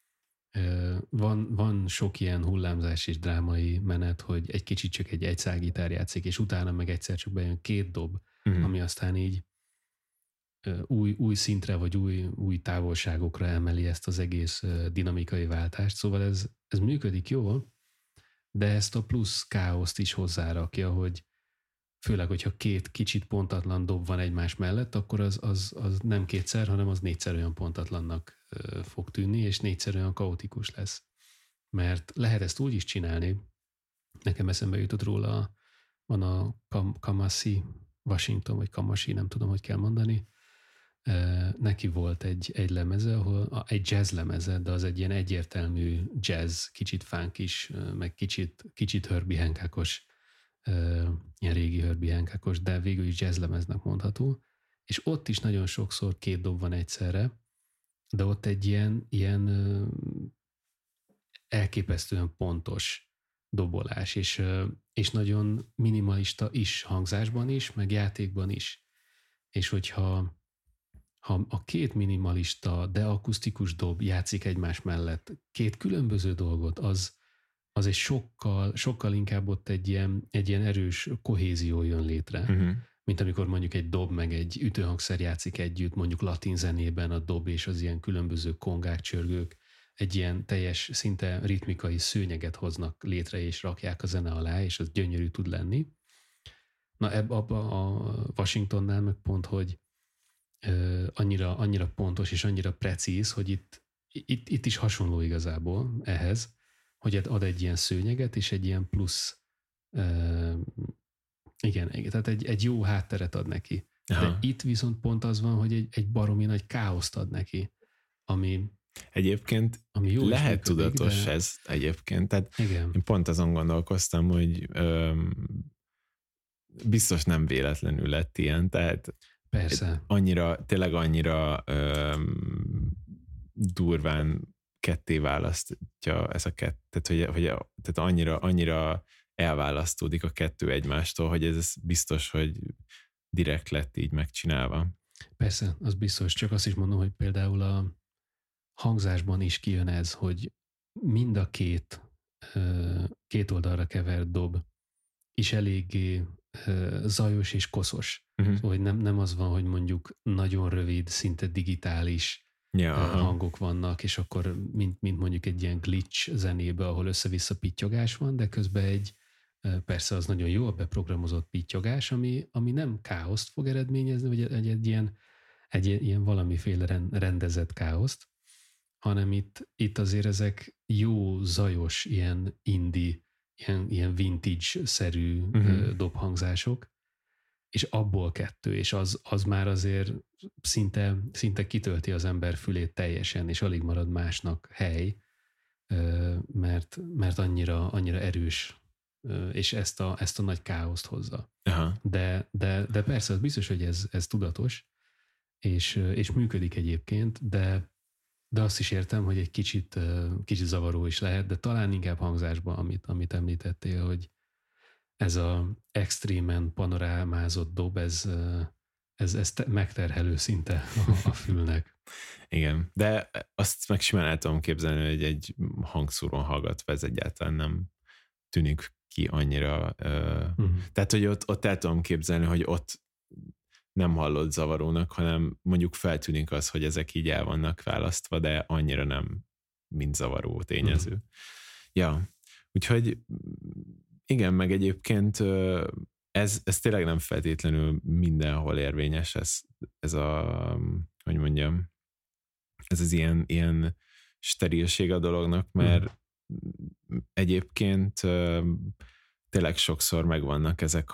van sok ilyen hullámzás és drámai menet, hogy egy kicsit csak egy szágitár játszik, és utána meg egyszer csak bejön 2 dob, ami aztán így új szintre, vagy új távolságokra emeli ezt az egész dinamikai váltást, szóval ez működik jól, de ezt a plusz káoszt is hozzárakja, hogy főleg, hogyha 2 kicsit pontatlan dob van egymás mellett, akkor az nem 2-szer, hanem az 4-szer olyan pontatlannak fog tűnni, és 4-szer olyan kaotikus lesz. Mert lehet ezt úgy is csinálni, nekem eszembe jutott róla, van a Kamasi Washington, vagy Kamasi, nem tudom, hogy kell mondani, neki volt egy lemeze, ahol egy jazz lemeze, de az egy ilyen egyértelmű jazz, kicsit funk is, meg kicsit Herbie Hancockos, ilyen régi Herbie Hancockos, de végül is jazz lemeznek mondható, és ott is nagyon sokszor 2 dob van egyszerre, de ott egy ilyen elképesztően pontos dobolás, és nagyon minimalista is hangzásban is, meg játékban is. És hogyha a 2 minimalista, de akusztikus dob játszik egymás mellett 2 különböző dolgot, az egy sokkal inkább ott egy ilyen erős kohézió jön létre. mint amikor mondjuk egy dob meg egy ütőhangszer játszik együtt, mondjuk latin zenében a dob és az ilyen különböző kongák, csörgők egy ilyen teljes, szinte ritmikai szőnyeget hoznak létre és rakják a zene alá, és az gyönyörű tud lenni. Na abba a Washingtonnál meg pont, hogy annyira pontos és annyira precíz, hogy itt is hasonló igazából ehhez, hogy ad egy ilyen szőnyeget és egy ilyen plusz igen, tehát egy jó hátteret ad neki. Aha. De itt viszont pont az van, hogy egy baromi nagy káoszt ad neki, ami egyébként ami jó lehet működik, tudatos de... ez egyébként. Tehát igen. Én pont azon gondolkoztam, hogy biztos nem véletlenül lett ilyen, tehát persze. Tényleg annyira durván ketté választja ez a kettő, tehát annyira elválasztódik a kettő egymástól, hogy ez biztos, hogy direkt lett így megcsinálva. Persze, az biztos. Csak azt is mondom, hogy például a hangzásban is kijön ez, hogy mind a két oldalra kevert dob is eléggé zajos és koszos. Szóval, hogy nem az van, hogy mondjuk nagyon rövid, szinte digitális hangok vannak, és akkor mint mondjuk egy ilyen glitch zenébe, ahol össze-vissza pittyogás van, de közben persze az nagyon jó a beprogramozott pittyogás, ami nem káoszt fog eredményezni, vagy egy ilyen valamiféle rendezett káoszt, hanem itt azért ezek jó, zajos, ilyen indie, ilyen vintage-szerű dobhangzások, és abból kettő, és az már azért szinte kitölti az ember fülét teljesen, és alig marad másnak hely, mert annyira erős, és ezt a nagy káoszt hozza. Aha. De persze, az biztos, hogy ez tudatos, és működik egyébként, de azt is értem, hogy egy kicsit zavaró is lehet, de talán inkább hangzásban, amit említettél, hogy ez a extrémen panorámázott dob, ez megterhelő szinte a fülnek. Igen, de azt meg simán el tudom képzelni, hogy egy hangszórón hallgatva ez egyáltalán nem tűnik ki annyira. Tehát, hogy ott el tudom képzelni, hogy ott nem hallod zavarónak, hanem mondjuk feltűnik az, hogy ezek így el vannak választva, de annyira nem, mint zavaró tényező. Ja, úgyhogy igen, meg egyébként ez tényleg nem feltétlenül mindenhol érvényes, ez hogy mondjam, ez az ilyen sterilség a dolognak, mert egyébként tényleg sokszor megvannak ezek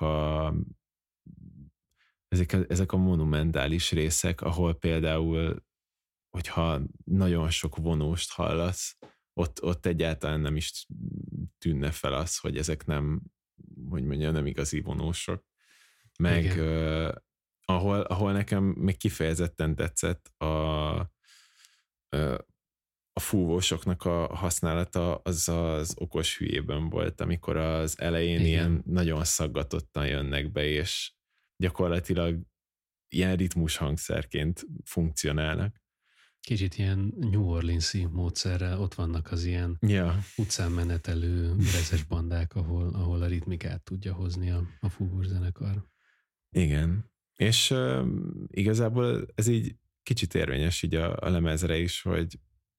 a monumentális részek, ahol például, hogyha nagyon sok vonóst hallasz, ott egyáltalán nem is tűnne fel az, hogy ezek nem igazi vonósok. Meg ahol nekem még kifejezetten tetszett a fúvósoknak a használata, az okos hülyében volt, amikor az elején ilyen nagyon szaggatottan jönnek be, és gyakorlatilag ilyen ritmus hangszerként funkcionálnak. Kicsit ilyen New Orleans-i módszerrel ott vannak az ilyen utcán menetelő rezes bandák, ahol a ritmikát tudja hozni a fúvózenekar. Igen. És igazából ez így kicsit érvényes így a lemezre is, hogy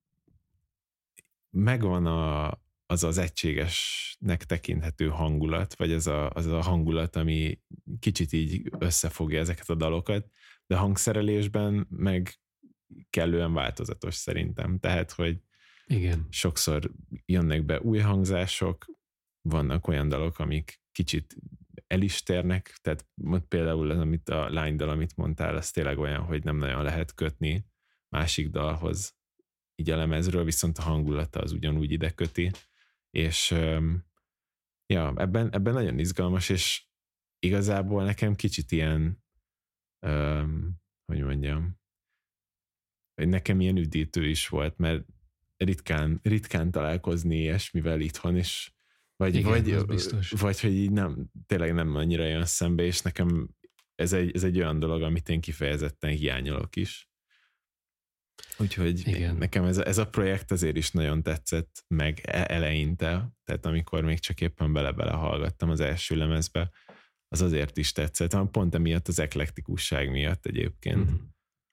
megvan az egységesnek tekinthető hangulat, vagy az a hangulat, ami kicsit így összefogja ezeket a dalokat, de hangszerelésben meg kellően változatos szerintem. Tehát, hogy igen, sokszor jönnek be új hangzások, vannak olyan dalok, amik kicsit el is térnek, tehát például a lánydal, amit mondtál, az tényleg olyan, hogy nem nagyon lehet kötni másik dalhoz így a lemezről, viszont a hangulata az ugyanúgy ide köti, és ebben nagyon izgalmas, és igazából nekem kicsit ilyen hogy mondjam, nekem ilyen üdítő is volt, mert ritkán találkozni ilyesmivel itthon, és vagy hogy így tényleg nem annyira jön szembe, és nekem ez egy olyan dolog, amit én kifejezetten hiányolok is. Úgyhogy nekem ez a projekt azért is nagyon tetszett meg eleinte, tehát amikor még csak éppen bele hallgattam az első lemezbe, az azért is tetszett, pont emiatt az eklektikusság miatt egyébként. Mhm.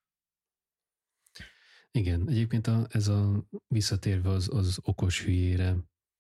Igen, egyébként ez a visszatérve az okos hülyére,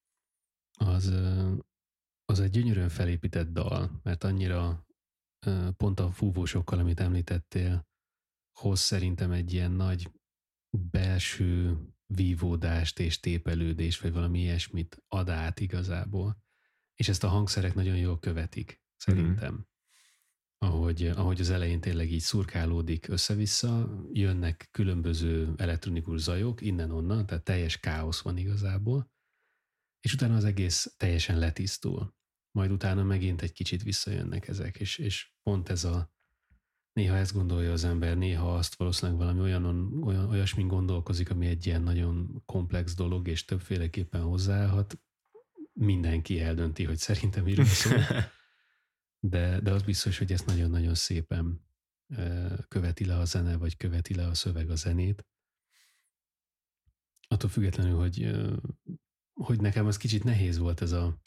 az egy gyönyörűen felépített dal, mert annyira pont a fúvósokkal, amit említettél, hoz szerintem egy ilyen nagy belső vívódást és tépelődést, vagy valami ilyesmit ad át igazából. És ezt a hangszerek nagyon jól követik, szerintem. Ahogy az elején tényleg így szurkálódik össze-vissza, jönnek különböző elektronikus zajok innen-onnan, tehát teljes káosz van igazából, és utána az egész teljesen letisztul. Majd utána megint egy kicsit visszajönnek ezek, és pont ez néha ezt gondolja az ember, néha azt valószínűleg valami olyasmin gondolkozik, ami egy ilyen nagyon komplex dolog, és többféleképpen hozzáállhat. Mindenki eldönti, hogy szerintem miről szól. De az biztos, hogy ezt nagyon-nagyon szépen követi le a zene, vagy követi le a szöveg a zenét. Attól függetlenül, hogy nekem az kicsit nehéz volt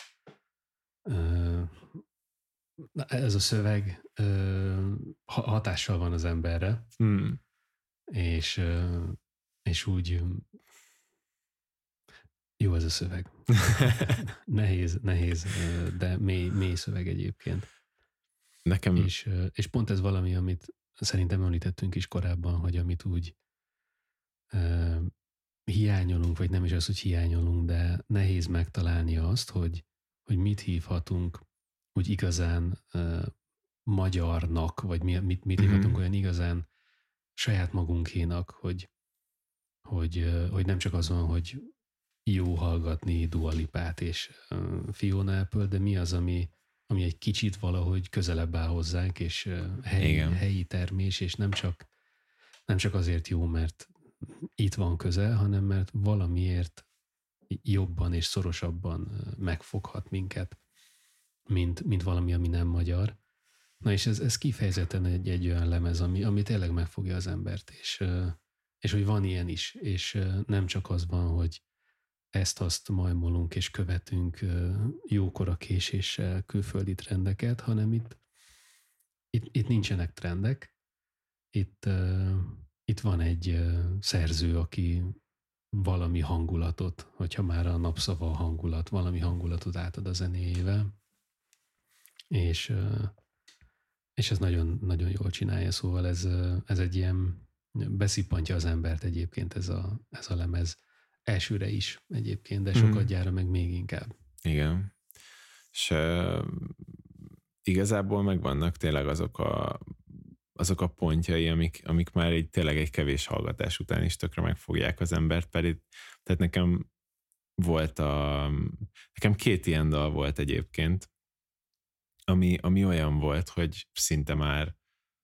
ez a szöveg, hatással van az emberre, és úgy jó ez a szöveg. nehéz, de mély szöveg egyébként. Nekem... És pont ez valami, amit szerintem említettünk is korábban, hogy amit úgy hiányolunk, vagy nem is az, hogy hiányolunk, de nehéz megtalálni azt, hogy mit hívhatunk úgy igazán magyarnak, vagy mit hívhatunk olyan igazán saját magunkénak, hogy nem csak az van, hogy jó hallgatni Dua Lipát és Fiona Apple, de mi az, ami egy kicsit valahogy közelebb áll hozzánk, és helyi termés, és nem csak azért jó, mert itt van közel, hanem mert valamiért jobban és szorosabban megfoghat minket, mint valami, ami nem magyar. Na és ez kifejezetten egy olyan lemez, ami tényleg megfogja az embert, és hogy van ilyen is, és nem csak az van, hogy ezt-azt majmolunk és követünk jókora késéssel külföldi trendeket, hanem itt nincsenek trendek. Itt van egy szerző, aki valami hangulatot, hogyha már a napszava a hangulat, valami hangulatot átad a zenéjével, és ez nagyon, nagyon jól csinálja, szóval ez egy ilyen beszippantja az embert egyébként ez a lemez. Elsőre is egyébként, de sokadjára meg még inkább. Igen. És igazából megvannak tényleg azok a pontjai, amik már tényleg egy kevés hallgatás után is tökre megfogják az embert, pedig tehát nekem két ilyen dal volt egyébként, ami olyan volt, hogy szinte már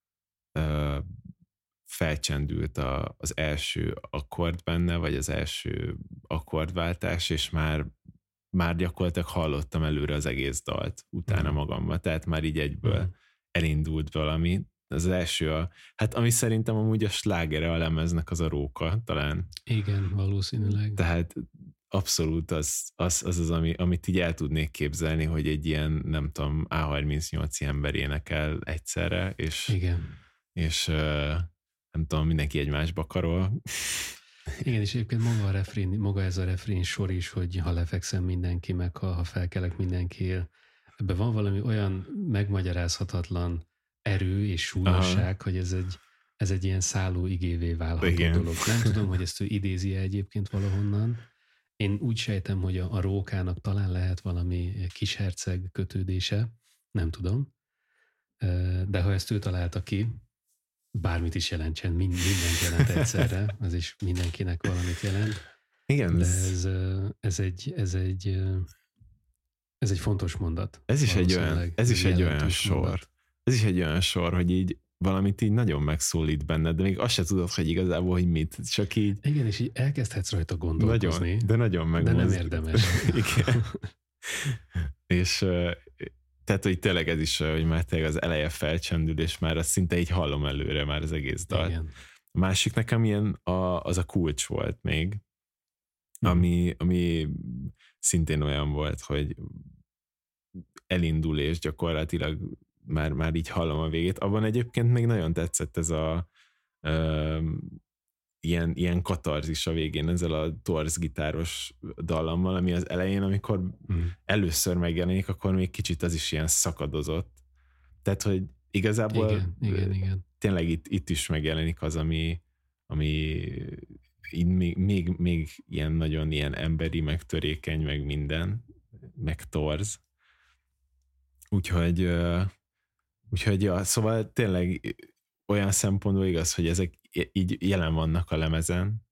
felcsendült az első akkord benne, vagy az első akkordváltás, és már gyakorlatilag hallottam előre az egész dalt utána magammal, tehát már így egyből elindult valami. Az első hát ami szerintem amúgy a slágere a lemeznek az a Róka, talán. Igen, valószínűleg. Tehát abszolút az amit így el tudnék képzelni, hogy egy ilyen, nem tudom, A38 ember énekel egyszerre, és nem tudom, mindenki egymásba karol. Igen, és egyébként maga ez a refrén sor is, hogy ha lefekszem mindenki, meg ha felkelek mindenki él. Ebben van valami olyan megmagyarázhatatlan erő és súlyosság, hogy ez egy ilyen szálló igévé válható dolog. Nem tudom, hogy ezt ő idézi egyébként valahonnan. Én úgy sejtem, hogy a Rókának talán lehet valami kisherceg kötődése, nem tudom. De ha ezt ő találta ki, bármit is jelentsen, mindent jelent egyszerre, az is mindenkinek valamit jelent. Igen. De ez egy fontos mondat. Ez is egy olyan sor. Ez is egy olyan sor, hogy így valamit így nagyon megszólít benned, de még azt se tudod, hogy igazából, hogy mit, csak így... Igen, és így elkezdhetsz rajta gondolkozni. Nagyon megmozd. De nem érdemes. Igen. És tehát, hogy tényleg ez is, hogy már tényleg az eleje felcsendül, és már azt szinte így hallom előre már az egész dal. Igen. A másik nekem ilyen az a kulcs volt még, ami szintén olyan volt, hogy elindul, és gyakorlatilag már így hallom a végét. Abban egyébként még nagyon tetszett ez a ilyen katarzis a végén ezzel a torzgitáros dallammal, ami az elején, amikor először megjelenik, akkor még kicsit az is ilyen szakadozott. Tehát, hogy igazából igen. tényleg itt is megjelenik az, ami így még ilyen nagyon ilyen emberi, meg törékeny, meg minden, meg torz. Úgyhogy ja, szóval tényleg olyan szempontból igaz, hogy ezek így jelen vannak a lemezen.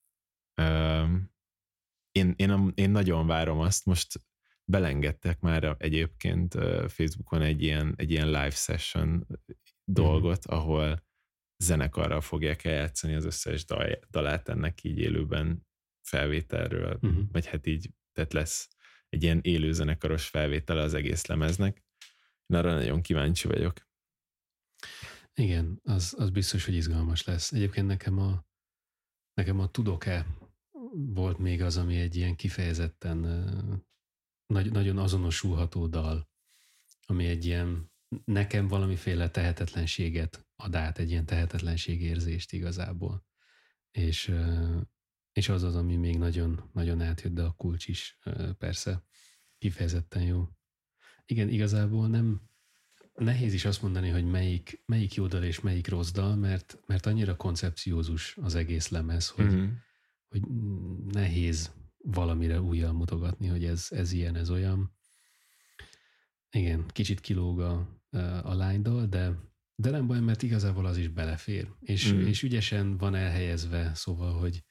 Én nagyon várom azt, most belengedtek már egyébként Facebookon egy ilyen live session dolgot, ahol zenekarral fogják eljátszani az összes dalát ennek így élőben felvételről, vagy hát így, tehát lesz egy ilyen élő zenekaros felvétele az egész lemeznek. Én arra nagyon kíváncsi vagyok. Igen, az biztos, hogy izgalmas lesz. Egyébként nekem a Tudok-e volt még az, ami egy ilyen kifejezetten nagyon azonosulható dal, ami egy ilyen nekem valamiféle tehetetlenséget ad át, egy ilyen tehetetlenségérzést igazából. És az az, ami még nagyon, nagyon átjött, de a kulcs is persze kifejezetten jó. Igen, igazából nehéz is azt mondani, hogy melyik jó dal és melyik rossz dal, mert annyira koncepciózus az egész lemez, hogy nehéz valamire újjal mutogatni, hogy ez ilyen, ez olyan. Igen, kicsit kilóg a lánydal, de nem baj, mert igazából az is belefér. És ügyesen van elhelyezve, szóval, hogy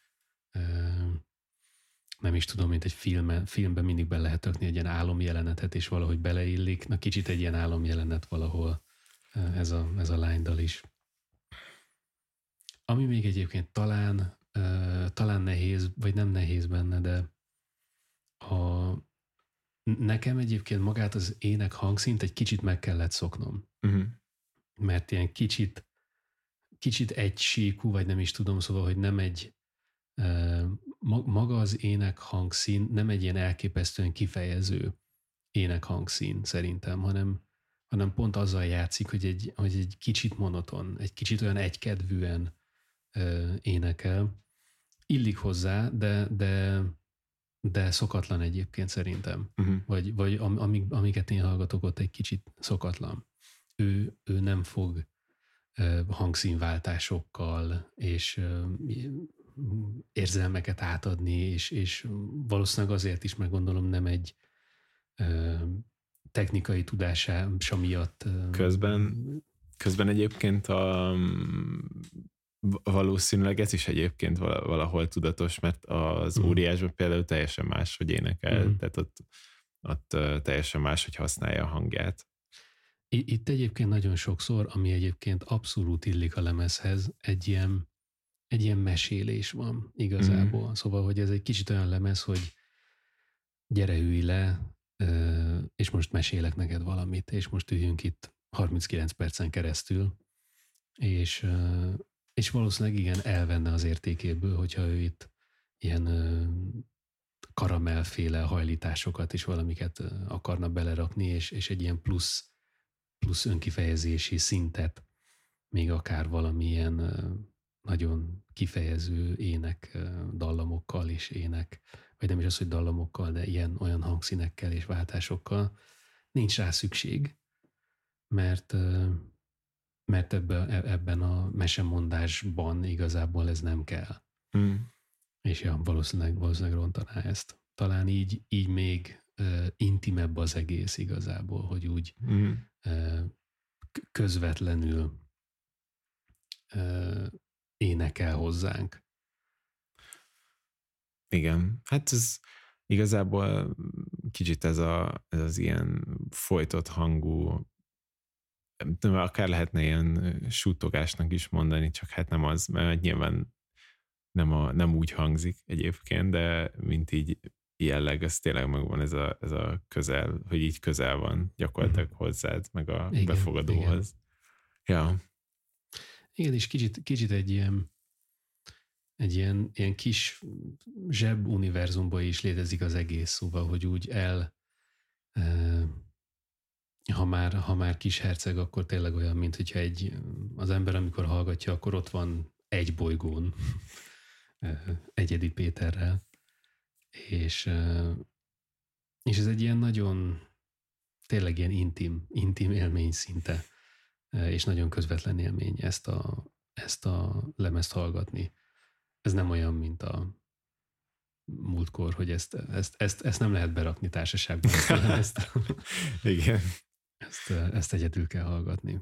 nem is tudom, mint egy filmben mindig be lehet rakni egy ilyen álomjelenetet, és valahogy beleillik. Na kicsit egy ilyen álomjelenet valahol ez a lánydal is. Ami még egyébként talán nehéz, vagy nem nehéz benne, de nekem egyébként magát az ének hangszínt egy kicsit meg kellett szoknom. Mert ilyen kicsit egysíkú, vagy nem is tudom, szóval, hogy nem egy maga az ének hangszín nem egy ilyen elképesztően kifejező ének hangszín szerintem, hanem pont azzal játszik, hogy egy kicsit monoton, egy kicsit olyan egykedvűen énekel. Illik hozzá, de szokatlan egyébként szerintem. Vagy amiket én hallgatok, ott egy kicsit szokatlan. Ő nem fog hangszínváltásokkal és érzelmeket átadni, és valószínűleg azért is meggondolom nem egy technikai tudása miatt. Közben egyébként valószínűleg ez is egyébként valahol tudatos, mert az Óriásban például teljesen más, hogy énekel, tehát ott teljesen más, hogy használja a hangját. Itt egyébként nagyon sokszor, ami egyébként abszolút illik a lemezhez, egy ilyen mesélés van igazából. Szóval, hogy ez egy kicsit olyan lemez, hogy gyere, ülj le, és most mesélek neked valamit, és most üljünk itt 39 percen keresztül, és valószínűleg igen, elvenne az értékéből, hogyha ő itt ilyen karamellféle hajlításokat és valamiket akarna belerakni, és egy ilyen plusz önkifejezési szintet, még akár valamilyen nagyon kifejező ének dallamokkal és vagy nem is az, hogy dallamokkal, de olyan hangszínekkel és váltásokkal nincs rá szükség, mert ebben a mesemondásban igazából ez nem kell. És ja, valószínűleg rontaná ezt. Talán így még intimebb az egész igazából, hogy úgy közvetlenül énekel hozzánk. Igen, hát ez igazából kicsit ez az ilyen folytott hangú, akár lehetne ilyen suttogásnak is mondani, csak hát nem az, mert nyilván nem úgy hangzik egyébként, de mint így jelleg, ez tényleg megvan ez a közel, hogy így közel van gyakorlatilag hozzád, meg a befogadóhoz. Igen. Ja. Igen, és kicsit egy ilyen kis zseb univerzumban is létezik az egész, szóval, hogy úgy ha már kis herceg, akkor tényleg olyan, mint hogyha az ember, amikor hallgatja, akkor ott van egy bolygón, Egyedi Péterrel, és, és ez egy ilyen nagyon, tényleg ilyen intim élmény szinte, és nagyon közvetlen élmény ezt a lemezt hallgatni. Ez nem olyan, mint a múltkor, hogy ezt nem lehet berakni társaságban. Igen. Ezt egyedül kell hallgatni.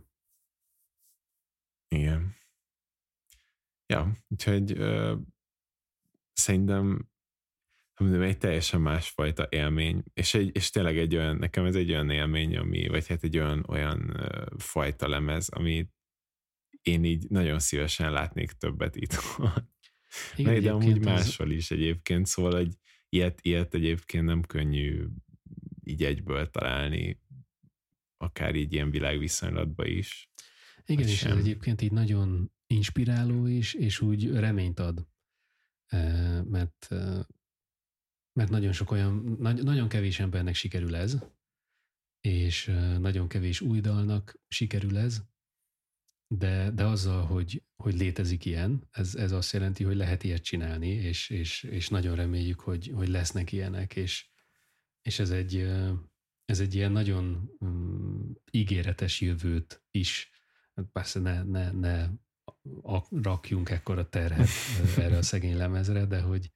Igen. Ja, úgyhogy szerintem egy teljesen másfajta élmény, és tényleg nekem ez egy olyan élmény, vagy hát egy olyan fajta lemez, ami én így nagyon szívesen látnék többet itt. Igen, de amúgy máshol is egyébként, szóval egy ilyet egyébként nem könnyű így egyből találni, akár így ilyen világviszonylatban is. Igen, és ez egyébként így nagyon inspiráló is, és úgy reményt ad, mert nagyon sok nagyon kevés embernek sikerül ez, és nagyon kevés új dalnak sikerül ez, de azzal, hogy létezik ilyen, ez azt jelenti, hogy lehet ilyet csinálni, és nagyon reméljük, hogy lesznek ilyenek, és ez egy ilyen nagyon ígéretes jövőt is, persze ne rakjunk ekkora terhet erre a szegény lemezre, de hogy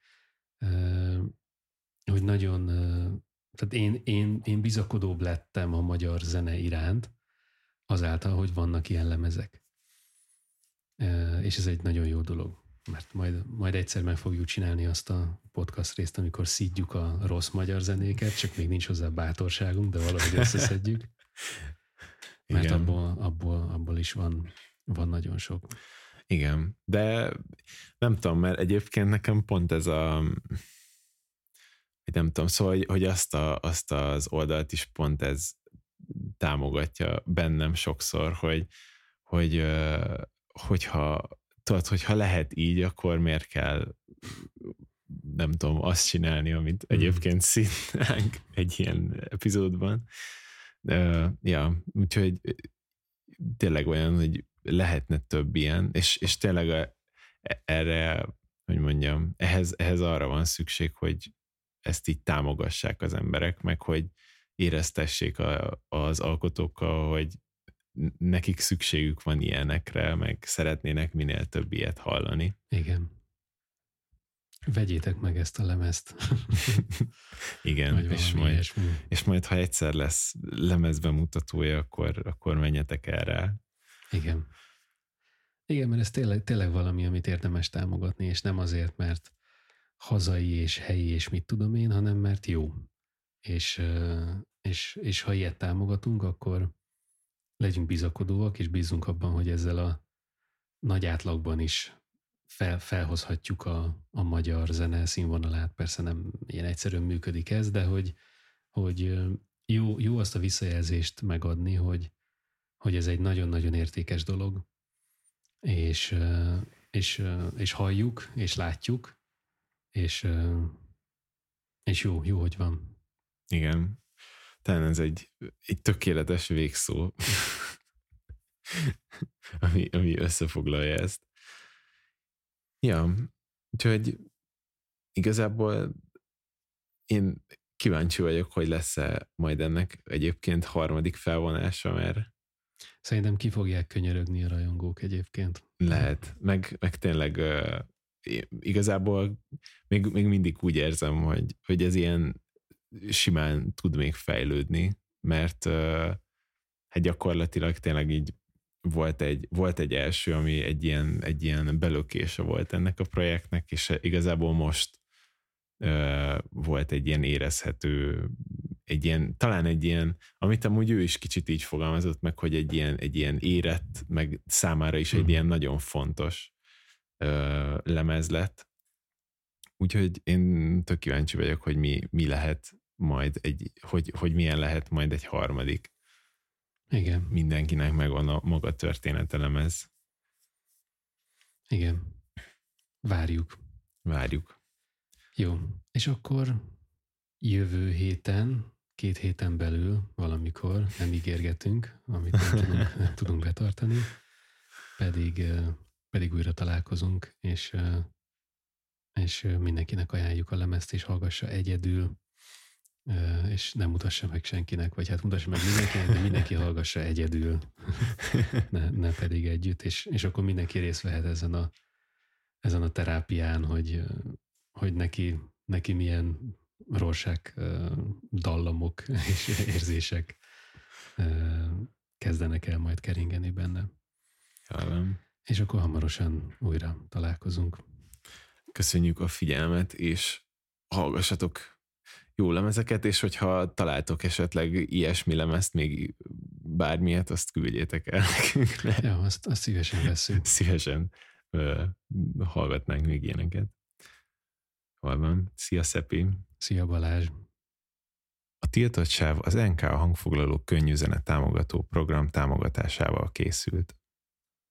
nagyon, tehát én bizakodóbb lettem a magyar zene iránt, azáltal, hogy vannak ilyen lemezek. És ez egy nagyon jó dolog, mert majd egyszer meg fogjuk csinálni azt a podcast részt, amikor szídjuk a rossz magyar zenéket, csak még nincs hozzá bátorságunk, de valahogy összeszedjük. Mert abból is van nagyon sok. Igen, de nem tudom, mert egyébként nekem pont ez nem tudom, szóval, hogy azt az oldalt is pont ez támogatja bennem sokszor, hogyha lehet így, akkor miért kell, nem tudom, azt csinálni, amit egyébként színálunk egy ilyen epizódban. Ja, úgyhogy tényleg olyan, hogy lehetne több ilyen, és tényleg erre, hogy mondjam, ehhez arra van szükség, hogy ezt így támogassák az emberek, meg hogy éreztessék az alkotókkal, hogy nekik szükségük van ilyenekre, meg szeretnének minél több ilyet hallani. Igen. Vegyétek meg ezt a lemezt. Igen, és majd ha egyszer lesz lemezbemutatója, akkor menjetek el rá. Igen. Igen, mert ez tényleg valami, amit érdemes támogatni, és nem azért, mert hazai és helyi, és mit tudom én, hanem mert jó. És ha ilyet támogatunk, akkor legyünk bizakodóak, és bízunk abban, hogy ezzel a nagy átlagban is felhozhatjuk a magyar zene színvonalát. Persze nem ilyen egyszerűen működik ez, de hogy jó azt a visszajelzést megadni, hogy ez egy nagyon-nagyon értékes dolog, és halljuk, és látjuk, és jó, hogy van. Igen. Talán ez egy tökéletes végszó, ami összefoglalja ezt. Ja, úgyhogy igazából én kíváncsi vagyok, hogy lesz-e majd ennek egyébként harmadik felvonása, mert szerintem ki fogják könyörögni a rajongók egyébként. Lehet, meg tényleg igazából még mindig úgy érzem, hogy ez ilyen simán tud még fejlődni, mert hát gyakorlatilag tényleg így volt egy első, ami egy ilyen belökése volt ennek a projektnek, és igazából most volt egy ilyen érezhető, talán egy ilyen, amit amúgy ő is kicsit így fogalmazott meg, hogy egy ilyen érett, meg számára is egy ilyen nagyon fontos lemez lett. Úgyhogy én tök kíváncsi vagyok, hogy mi lehet majd hogy milyen lehet majd egy harmadik. Igen. Mindenkinek megvan a maga története lemez. Igen. Várjuk. Várjuk. Jó. És akkor jövő héten 2 héten belül valamikor, nem ígérgetünk, amit nem tudunk betartani, pedig újra találkozunk, és mindenkinek ajánljuk a lemezt, és hallgassa egyedül, és nem mutassa meg senkinek, vagy hát mutassa meg mindenkinek, de mindenki hallgassa egyedül, ne pedig együtt, és akkor mindenki részt vehet ezen a terápián, hogy neki milyen Rorschach dallamok és érzések kezdenek el majd keringeni benne. Jelen. És akkor hamarosan újra találkozunk. Köszönjük a figyelmet, és hallgassatok jó lemezeket, és hogyha találtok esetleg ilyesmi lemezt, még bármilyet, azt küldjétek el nekünk. Ja, azt szívesen veszünk. Szívesen hallgatnánk még ilyeneket. Hol van? Szia, Szepi! Szia, Balázs! A Tiltott Sáv az NK Hangfoglaló könnyű zene támogató program támogatásával készült.